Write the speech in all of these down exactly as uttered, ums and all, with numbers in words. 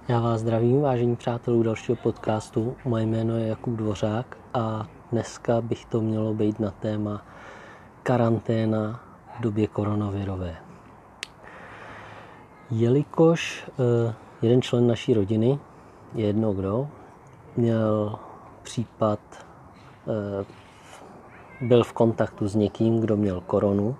Já vás zdravím, vážení přátelů dalšího podcastu. Moje jméno je Jakub Dvořák a dneska bych to mělo být na téma karanténa v době koronavirové. Jelikož eh, jeden člen naší rodiny, je jedno kdo, měl případ, eh, byl v kontaktu s někým, kdo měl koronu,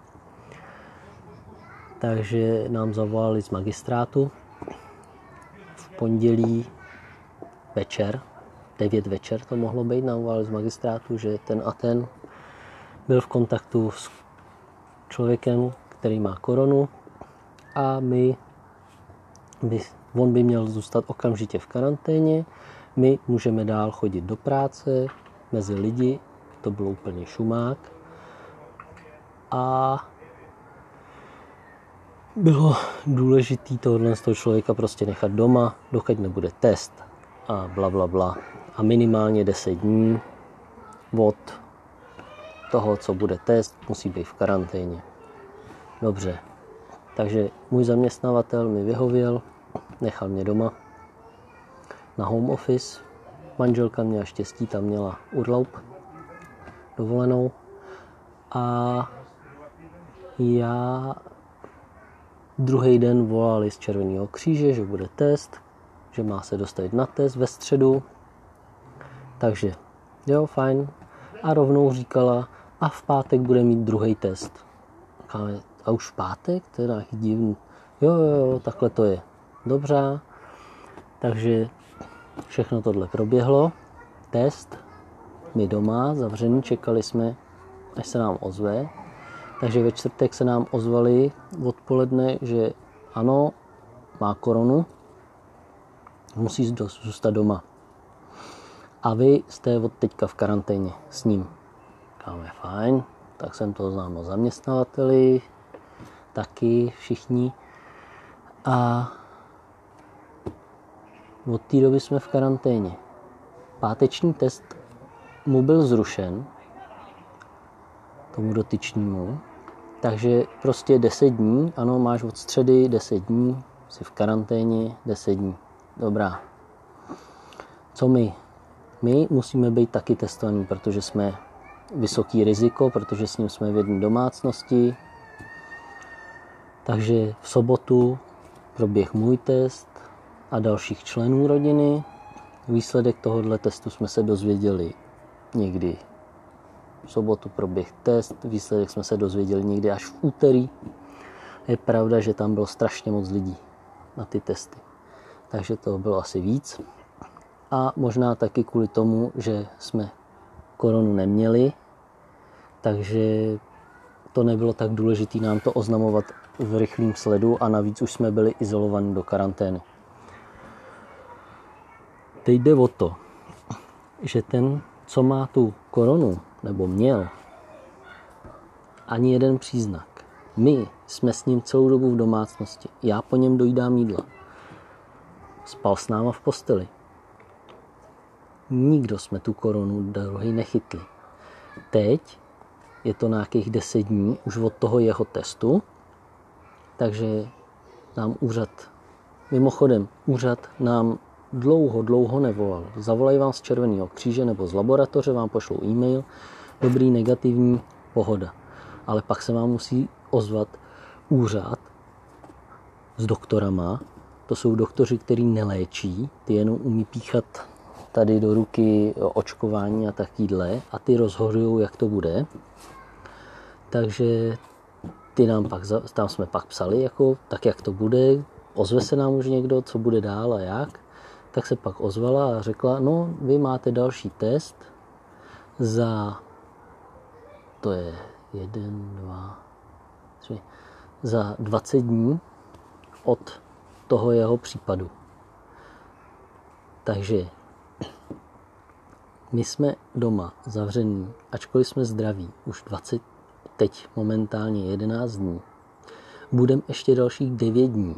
takže nám zavolali z magistrátu v pondělí večer, devět večer to mohlo být, nám volali z magistrátu, že ten a ten byl v kontaktu s člověkem, který má koronu a my, by, on by měl zůstat okamžitě v karanténě, my můžeme dál chodit do práce, mezi lidi, to bylo úplně šumák a bylo důležité tohohle z toho člověka prostě nechat doma, dokud nebude test a bla bla bla. A minimálně deset dní od toho, co bude test, musí být v karanténě. Dobře, takže můj zaměstnavatel mi vyhověl, nechal mě doma na home office. Manželka měla štěstí, tam měla urlaub, dovolenou. A já druhý den volali z Červeného kříže, že bude test, že má se dostavit na test ve středu. Takže jo, fajn. A rovnou říkala, a v pátek bude mít druhý test. A už v pátek? To je nějaký divný. Jo, jo, jo, takhle to je. Dobře. Takže všechno tohle proběhlo. Test. My doma, zavření, čekali jsme, až se nám ozve. Takže ve čtvrtek se nám ozvali odpoledne, že ano, má koronu, musí zůstat doma. A vy jste od teďka v karanténě s ním. Říkáme, fajn, tak jsem to oznámil zaměstnavateli, taky všichni. A od té doby jsme v karanténě. Páteční test mu byl zrušen, tomu dotyčnímu. Takže prostě deset dní, ano, máš od středy deset dní, jsi v karanténě deset dní. Dobrá. Co my? My musíme být taky testovaní, protože jsme vysoký riziko, protože s ním jsme v jedné domácnosti. Takže v sobotu proběh můj test a dalších členů rodiny. Výsledek tohoto testu jsme se dozvěděli někdy v sobotu proběh test, výsledek jsme se dozvěděli někdy až v úterý. Je pravda, že tam bylo strašně moc lidí na ty testy. Takže to bylo asi víc. A možná taky kvůli tomu, že jsme koronu neměli, takže to nebylo tak důležité nám to oznamovat v rychlém sledu a navíc už jsme byli izolovaní do karantény. Teď jde o to, že ten, co má tu koronu, nebo měl, ani jeden příznak. My jsme s ním celou dobu v domácnosti. Já po něm dojídám jídla. Spal s náma v posteli. Nikdo jsme tu koronu druhý nechytli. Teď je to nějakých deset dní už od toho jeho testu, takže nám úřad, mimochodem úřad nám dlouho, dlouho nevolal. Zavolají vám z Červeného kříže nebo z laboratoře, vám pošlou e-mail, dobrý, negativní, pohoda. Ale pak se vám musí ozvat úřad s doktorama. To jsou doktoři, který neléčí, ty jenom umí píchat tady do ruky očkování a takýhle a ty rozhodují, jak to bude. Takže ty nám pak, tam jsme pak psali, jako, tak jak to bude, ozve se nám už někdo, co bude dál a jak. Tak se pak ozvala a řekla, no, vy máte další test za, to je jeden, dva, tři, za dvacet dní od toho jeho případu. Takže my jsme doma zavření, ačkoliv jsme zdraví, už dvacet, teď momentálně jedenáct dní. Budeme ještě dalších devět dní.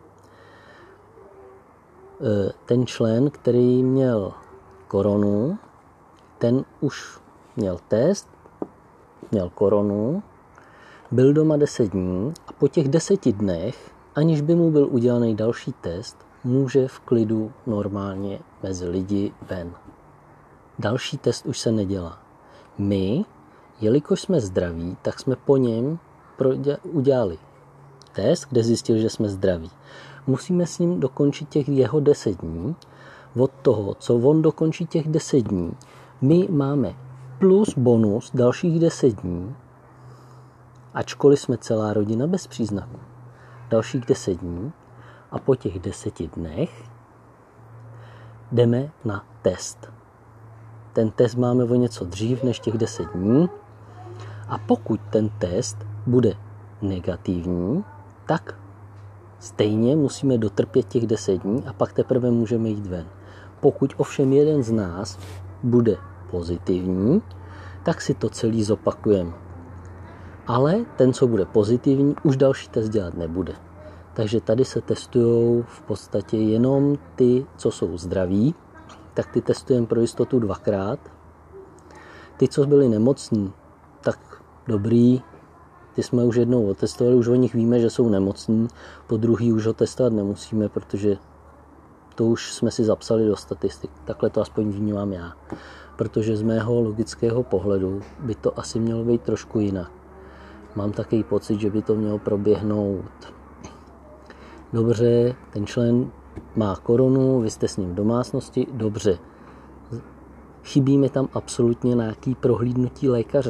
Ten člen, který měl koronu, ten už měl test, měl koronu, byl doma deset dní a po těch deseti dnech, aniž by mu byl udělaný další test, může v klidu normálně mezi lidi ven. Další test už se nedělá. My, jelikož jsme zdraví, tak jsme po něm udělali test, kde zjistil, že jsme zdraví. Musíme s ním dokončit těch jeho deset dní. Od toho, co on dokončí těch deset dní, my máme plus bonus dalších deset dní, ačkoliv jsme celá rodina bez příznaků. Dalších deset dní a po těch deseti dnech jdeme na test. Ten test máme o něco dřív než těch deset dní a pokud ten test bude negativní, tak stejně musíme dotrpět těch deset dní a pak teprve můžeme jít ven. Pokud ovšem jeden z nás bude pozitivní, tak si to celý zopakujeme. Ale ten, co bude pozitivní, už další test dělat nebude. Takže tady se testují v podstatě jenom ty, co jsou zdraví, tak ty testujeme pro jistotu dvakrát. Ty, co byli nemocní, tak dobrý, ty jsme už jednou otestovali, už o nich víme, že jsou nemocní, po druhý už ho testovat nemusíme, protože to už jsme si zapsali do statistik. Takhle to aspoň vnímám já. Protože z mého logického pohledu by to asi mělo být trošku jinak. Mám takový pocit, že by to mělo proběhnout. Dobře, ten člen má koronu, vy jste s ním v domácnosti, dobře. Chybí mi tam absolutně nějaký prohlídnutí lékaře.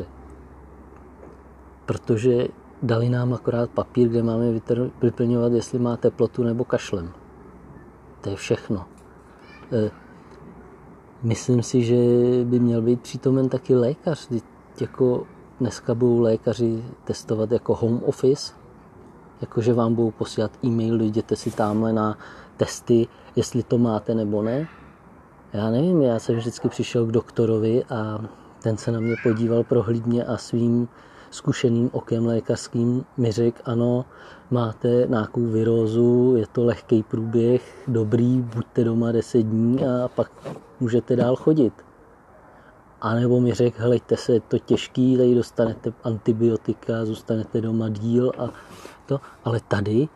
Protože dali nám akorát papír, kde máme vyplňovat, jestli má teplotu nebo kašlem. To je všechno. Myslím si, že by měl být přítomen taky lékař. Jako dneska budou lékaři testovat jako home office, jakože vám budou posílat e-mail, jděte si tamhle na testy, jestli to máte nebo ne. Já nevím, já jsem vždycky přišel k doktorovi a ten se na mě podíval prohlídně a svým zkušeným okem lékařským mi řekl, ano, máte nějakou virózu, je to lehký průběh, dobrý, buďte doma deset dní a pak můžete dál chodit. A nebo mi řekl, helejte se, je to těžký, tady dostanete antibiotika, zůstanete doma díl a to, ale tady,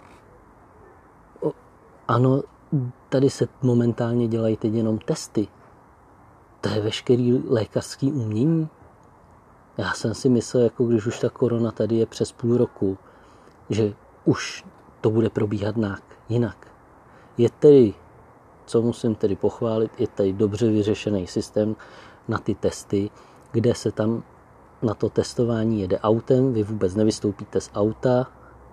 o, ano, tady se momentálně dělají teď jenom testy. To je veškerý lékařský umění. Já jsem si myslel, jako když už ta korona tady je přes půl roku, že už to bude probíhat jinak. Je tedy, co musím tedy pochválit, je tady dobře vyřešený systém na ty testy, kde se tam na to testování jede autem, vy vůbec nevystoupíte z auta,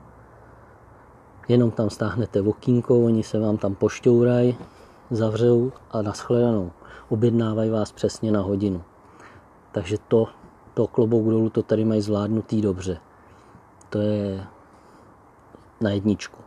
jenom tam stáhnete okýnko, oni se vám tam pošťourají, zavřou a nashledanou. Objednávají vás přesně na hodinu. Takže to, to klobouk dolů, to tady mají zvládnutý dobře. To je na jedničku.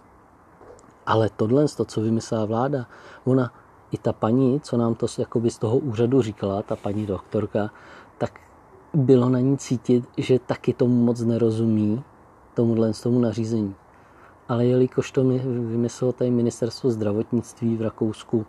Ale tohle, to, co vymyslela vláda, ona, i ta paní, co nám to jakoby z toho úřadu říkala, ta paní doktorka, tak bylo na ní cítit, že taky tomu moc nerozumí, tomuhle z tomu nařízení. Ale jelikož to vymyslelo tady ministerstvo zdravotnictví v Rakousku,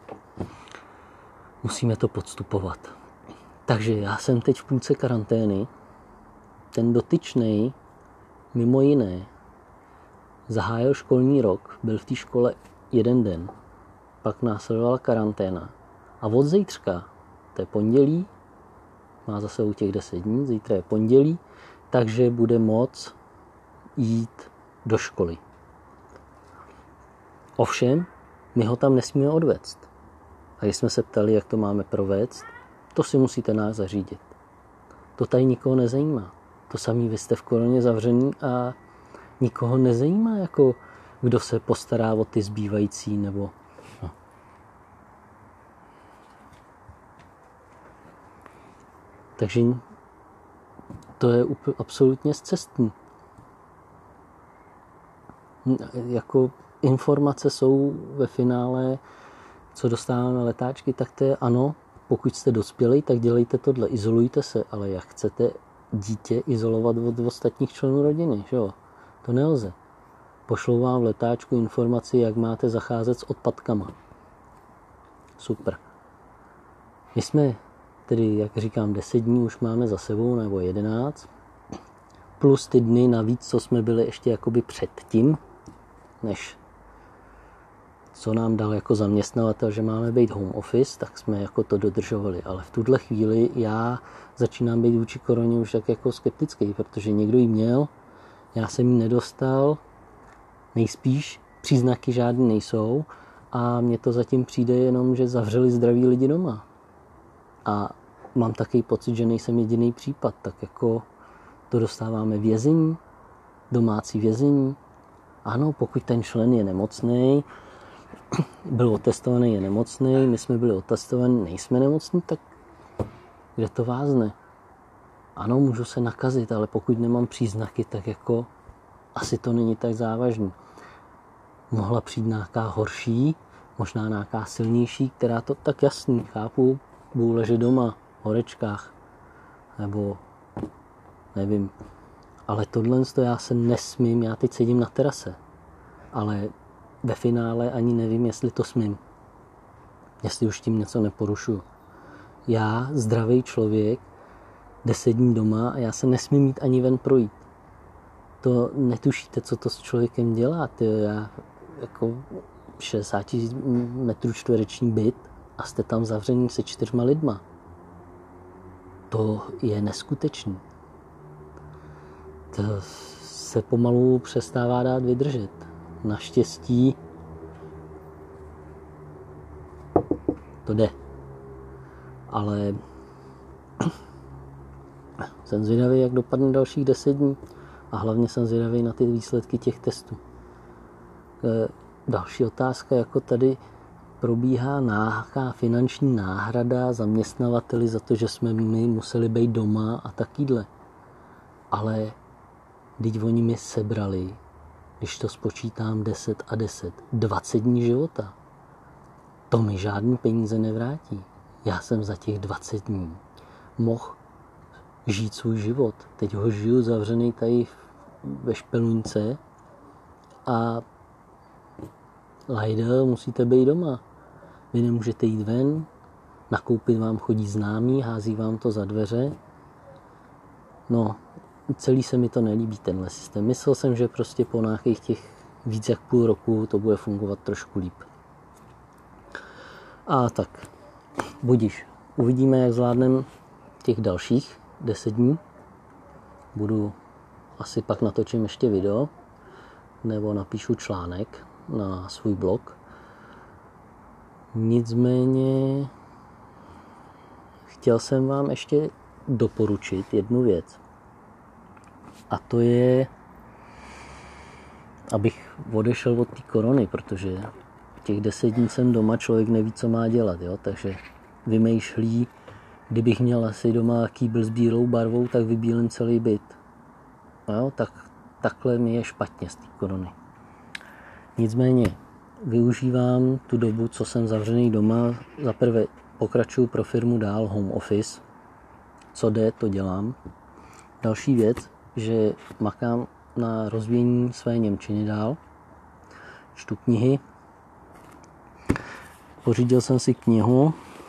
musíme to podstupovat. Takže já jsem teď v půlce karantény, ten dotyčnej, mimo jiné, zahájil školní rok, byl v té škole jeden den, pak následovala karanténa a od zítřka, to je pondělí, má zase u těch deset dní, zítra je pondělí, takže bude moc jít do školy. Ovšem, my ho tam nesmíme odvést. A když jsme se ptali, jak to máme provést, to si musíte nás zařídit. To tady nikoho nezajímá. To samý, vy jste v koroně zavřený a nikoho nezajímá, jako kdo se postará o ty zbývající, nebo... No. Takže to je úplně absolutně zcestný. Jako informace jsou ve finále, co dostáváme letáčky, tak to je ano, pokud jste dospělí, tak dělejte tohle, izolujte se, ale jak chcete dítě izolovat od ostatních členů rodiny, že jo? To nelze. Pošlou vám v letáčku informaci, jak máte zacházet s odpadkama. Super. My jsme tedy, jak říkám, deset dní už máme za sebou, nebo jedenáct, plus ty dny navíc, co jsme byli ještě jakoby předtím, než co nám dal jako zaměstnavatel, že máme být home office, tak jsme jako to dodržovali. Ale v tuhle chvíli já začínám být vůči koroně už tak jako skeptický, protože někdo ji měl, já jsem ji nedostal, nejspíš příznaky žádný nejsou a mně to zatím přijde jenom, že zavřeli zdraví lidi doma. A mám takový pocit, že nejsem jediný případ, tak jako to dostáváme vězení, domácí vězení. Ano, pokud ten člen je nemocný, byl otestovaný, je nemocný, my jsme byli otestovaní, nejsme nemocní, tak kde to vázne? Ano, můžu se nakazit, ale pokud nemám příznaky, tak jako asi to není tak závažný. Mohla přijít nějaká horší, možná nějaká silnější, která to tak jasný, chápu, budu ležet doma, v horečkách, nebo nevím. Ale tohle já se nesmím, já teď sedím na terase, ale ve finále ani nevím, jestli to smím. Jestli už tím něco neporušuju. Já, zdravý člověk, deset dní doma a já se nesmím mít ani ven projít. To netušíte, co to s člověkem dělá. Ty, já jako šedesát metrů čtvereční byt a jste tam zavření se čtyřma lidma. To je neskutečný. To se pomalu přestává dát vydržet. Naštěstí to jde. Ale jsem zvědavý, jak dopadne dalších deset dní. A hlavně jsem zvědavý na ty výsledky těch testů. Další otázka, jako tady probíhá nějaká finanční náhrada zaměstnavateli za to, že jsme my museli být doma a takýhle. Ale když oni mi sebrali, když to spočítám deset a deset, dvacet dní života. To mi žádný peníze nevrátí. Já jsem za těch dvacet dní mohl žít svůj život. Teď ho žiju zavřený tady ve špeluňce a lajda, musíte být doma. Vy nemůžete jít ven, nakoupit vám chodí známí, hází vám to za dveře. No, celý se mi to nelíbí, tenhle systém. Myslel jsem, že prostě po nějakých těch víc jak půl roku to bude fungovat trošku líp. A tak, budiš. Uvidíme, jak zvládneme těch dalších deset dní. Budu asi pak natočím ještě video, nebo napíšu článek na svůj blog. Nicméně chtěl jsem vám ještě doporučit jednu věc. A to je, abych odešel od té korony, protože těch deset dní jsem doma, člověk neví, co má dělat, jo? Takže vymýšlí, kdybych měl asi doma kýbl s bílou barvou, tak vybílím celý byt. Jo? Tak, takhle mi je špatně z té korony. Nicméně využívám tu dobu, co jsem zavřený doma, zaprvé pokračuju pro firmu dál home office, co jde, to dělám. Další věc, že makám na rozvíjení své němčiny dál, čtu knihy. Pořídil jsem si knihu,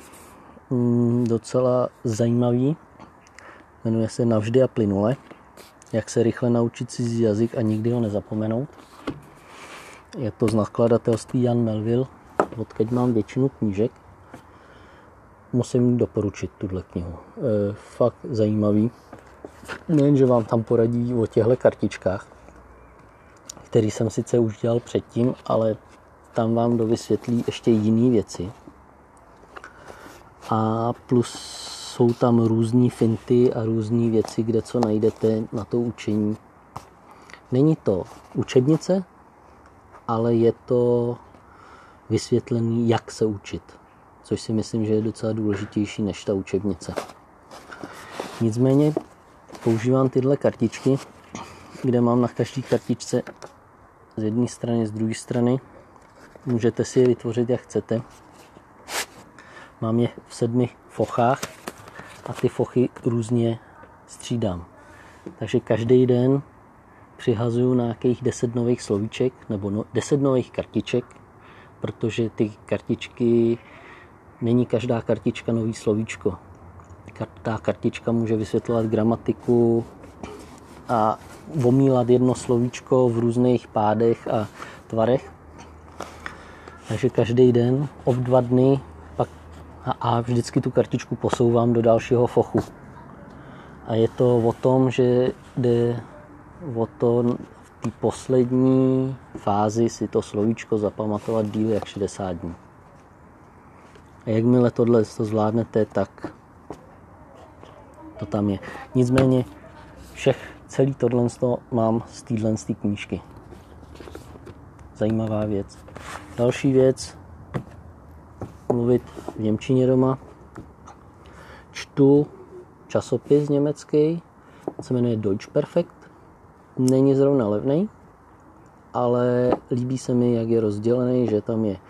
docela zajímavý, jmenuje se Navždy a plynule, jak se rychle naučit cizí jazyk a nikdy ho nezapomenout. Je to z nakladatelství Jan Melville, odkud mám většinu knížek. Musím doporučit tuhle knihu. E, fakt zajímavý. Nejen, že vám tam poradí o těchto kartičkách, který jsem sice už dělal předtím, ale tam vám dovysvětlí ještě jiné věci. A plus jsou tam různý finty a různé věci, kde co najdete na to učení. Není to učebnice, ale je to vysvětlený, jak se učit. Což si myslím, že je docela důležitější než ta učebnice. Nicméně používám tyhle kartičky, kde mám na každé kartičce z jedné strany, z druhé strany. Můžete si je vytvořit, jak chcete. Mám je v sedmi fochách a ty fochy různě střídám. Takže každý den přihazuju nějakých deset nových slovíček nebo no, deset nových kartiček, protože ty kartičky, není každá kartička nový slovíčko. Ta kartička může vysvětlovat gramatiku a omílat jedno slovíčko v různých pádech a tvarech. Takže každý den, ob dva dny, pak a, a vždycky tu kartičku posouvám do dalšího fochu. A je to o tom, že jde o to v té poslední fázi si to slovíčko zapamatovat díl jak šedesát dní. A jakmile tohle to zvládnete, tak to tam je. Nicméně všech, celý tohle mám z téhle knížky. Zajímavá věc. Další věc, mluvit v němčině doma. Čtu časopis německý, se jmenuje Deutsch Perfekt. Není zrovna levnej, ale líbí se mi, jak je rozdělený, že tam je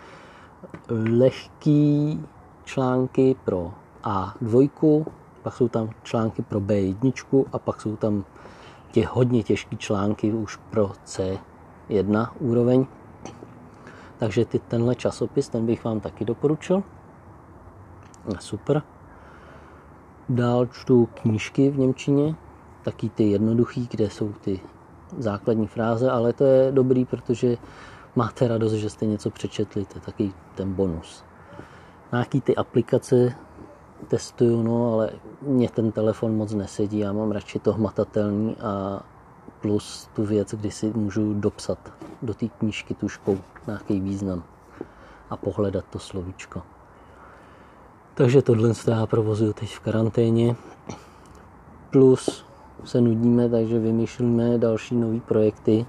lehký články pro á dva, pak jsou tam články pro bé jedna a pak jsou tam těch hodně těžký články už pro cé jedna úroveň. Takže ty, tenhle časopis, ten bych vám taky doporučil. Super. Dál čtu knížky v němčině, taky ty jednoduchý, kde jsou ty základní fráze, ale to je dobrý, protože máte radost, že jste něco přečetli, to je taky ten bonus. Nějaký ty aplikace testuju, no, ale mě ten telefon moc nesedí, já mám radši to hmatatelný a plus tu věc, kdy si můžu dopsat do té knížky tužkou nějaký význam a pohledat to slovíčko. Takže tohle já provozuju teď v karanténě. Plus se nudíme, takže vymýšlíme další nové projekty.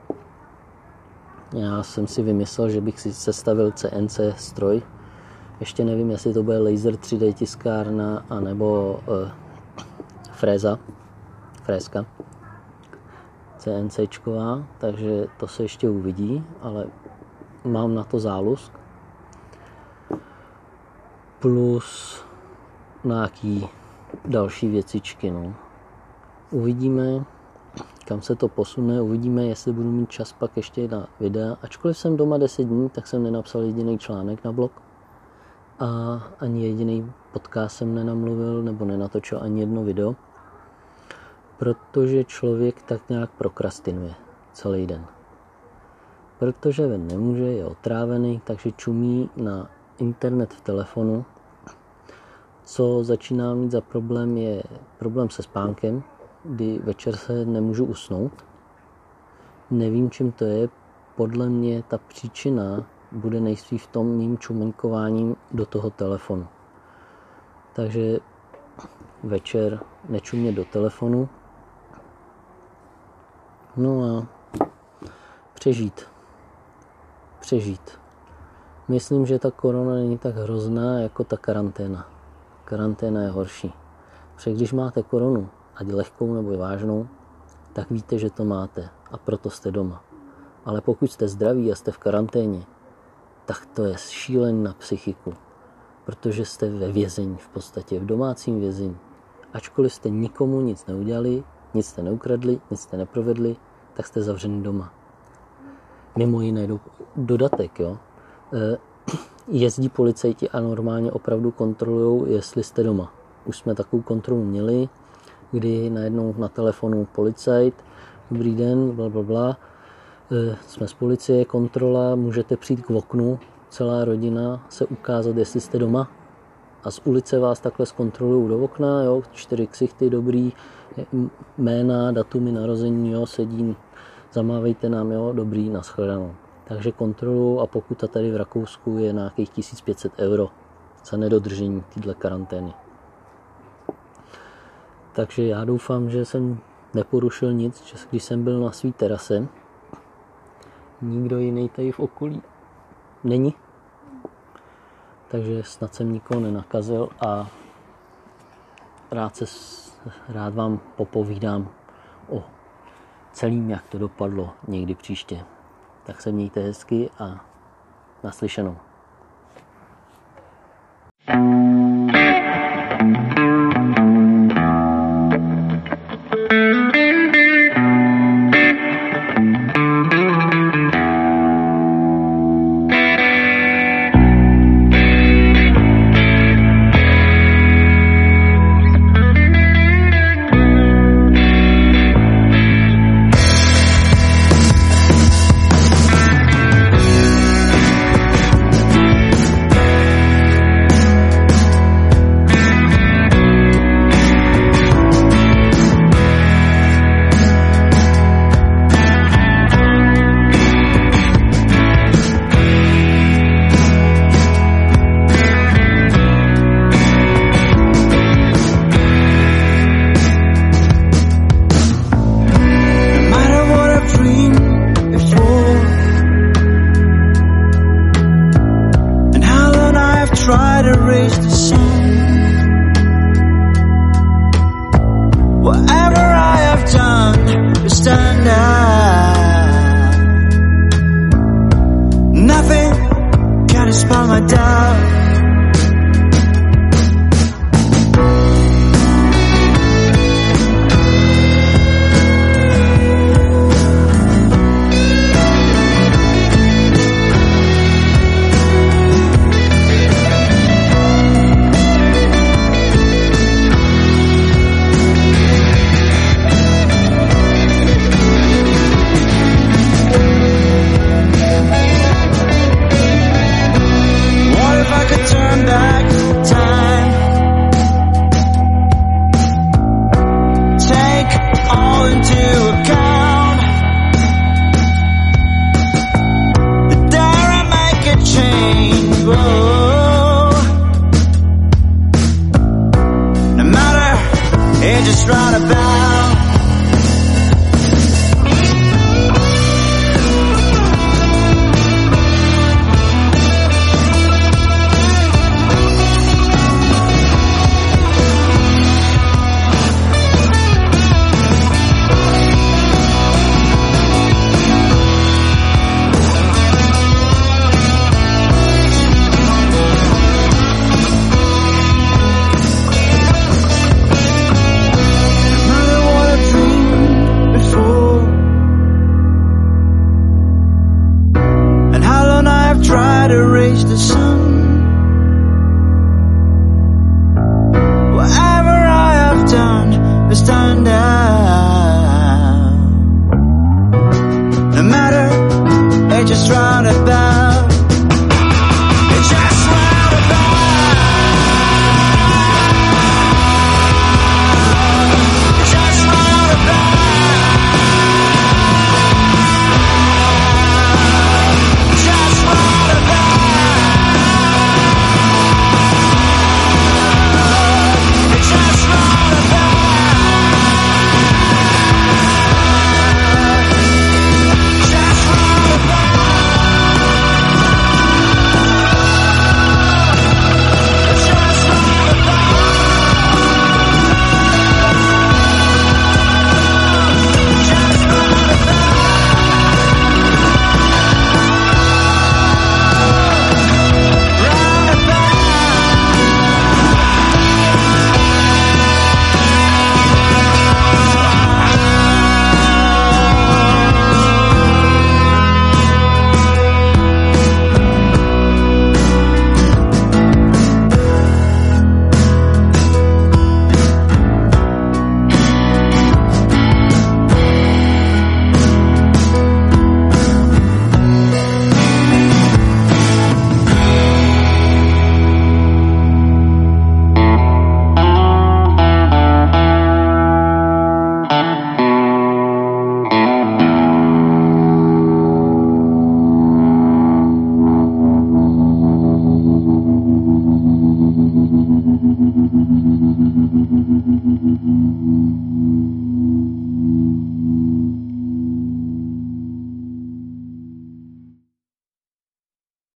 Já jsem si vymyslel, že bych si sestavil cé en cé stroj. Ještě nevím, jestli to bude laser tři dé tiskárna anebo uh, fréza, frézka CNCčková, takže to se ještě uvidí, ale mám na to zálusk. Plus nějaký další věcičky, no. Uvidíme, kam se to posune, uvidíme, jestli budu mít čas pak ještě na videa. Ačkoliv jsem doma deset dní, tak jsem nenapsal jediný článek na blog a ani jediný podcast jsem nenamluvil nebo nenatočil ani jedno video, protože člověk tak nějak prokrastinuje celý den. Protože ven nemůže, je otrávený, takže čumí na internet v telefonu. Co začíná mít za problém, je problém se spánkem, kdy večer se nemůžu usnout. Nevím, čím to je. Podle mě ta příčina bude nejspíš v tom mým čumenkováním do toho telefonu. Takže večer nečumě do telefonu. No a přežít. Přežít. Myslím, že ta korona není tak hrozná jako ta karanténa. Karanténa je horší. Protože když máte koronu, ať lehkou nebo vážnou, tak víte, že to máte a proto jste doma. Ale pokud jste zdraví a jste v karanténě, tak to je šílený na psychiku, protože jste ve vězení, v podstatě v domácím vězení. Ačkoliv jste nikomu nic neudělali, nic jste neukradli, nic jste neprovedli, tak jste zavřený doma. Mimo jiné dodatek, jo. Jezdí policajti a normálně opravdu kontrolují, jestli jste doma. Už jsme takovou kontrolu měli, kdy najednou na telefonu policajt, dobrý den, blablabla, jsme z policie, kontrola, můžete přijít k oknu, celá rodina se ukázat, jestli jste doma. A z ulice vás takhle zkontrolují do okna, jo, čtyři ksichty, dobrý, jména, datumy narození, jo, sedí, zamávejte nám, jo, dobrý, nashledanou. Takže kontrolu a pokuta tady v Rakousku je nějakých tisíc pět set euro za nedodržení této karantény. Takže já doufám, že jsem neporušil nic, když jsem byl na svý terase. Nikdo jiný tady v okolí není. Takže snad jsem nikoho nenakazil a rád, se, rád vám popovídám o celým, jak to dopadlo někdy příště. Tak se mějte hezky a naslyšenou. try to raise the sun. Whatever I have done to stand out.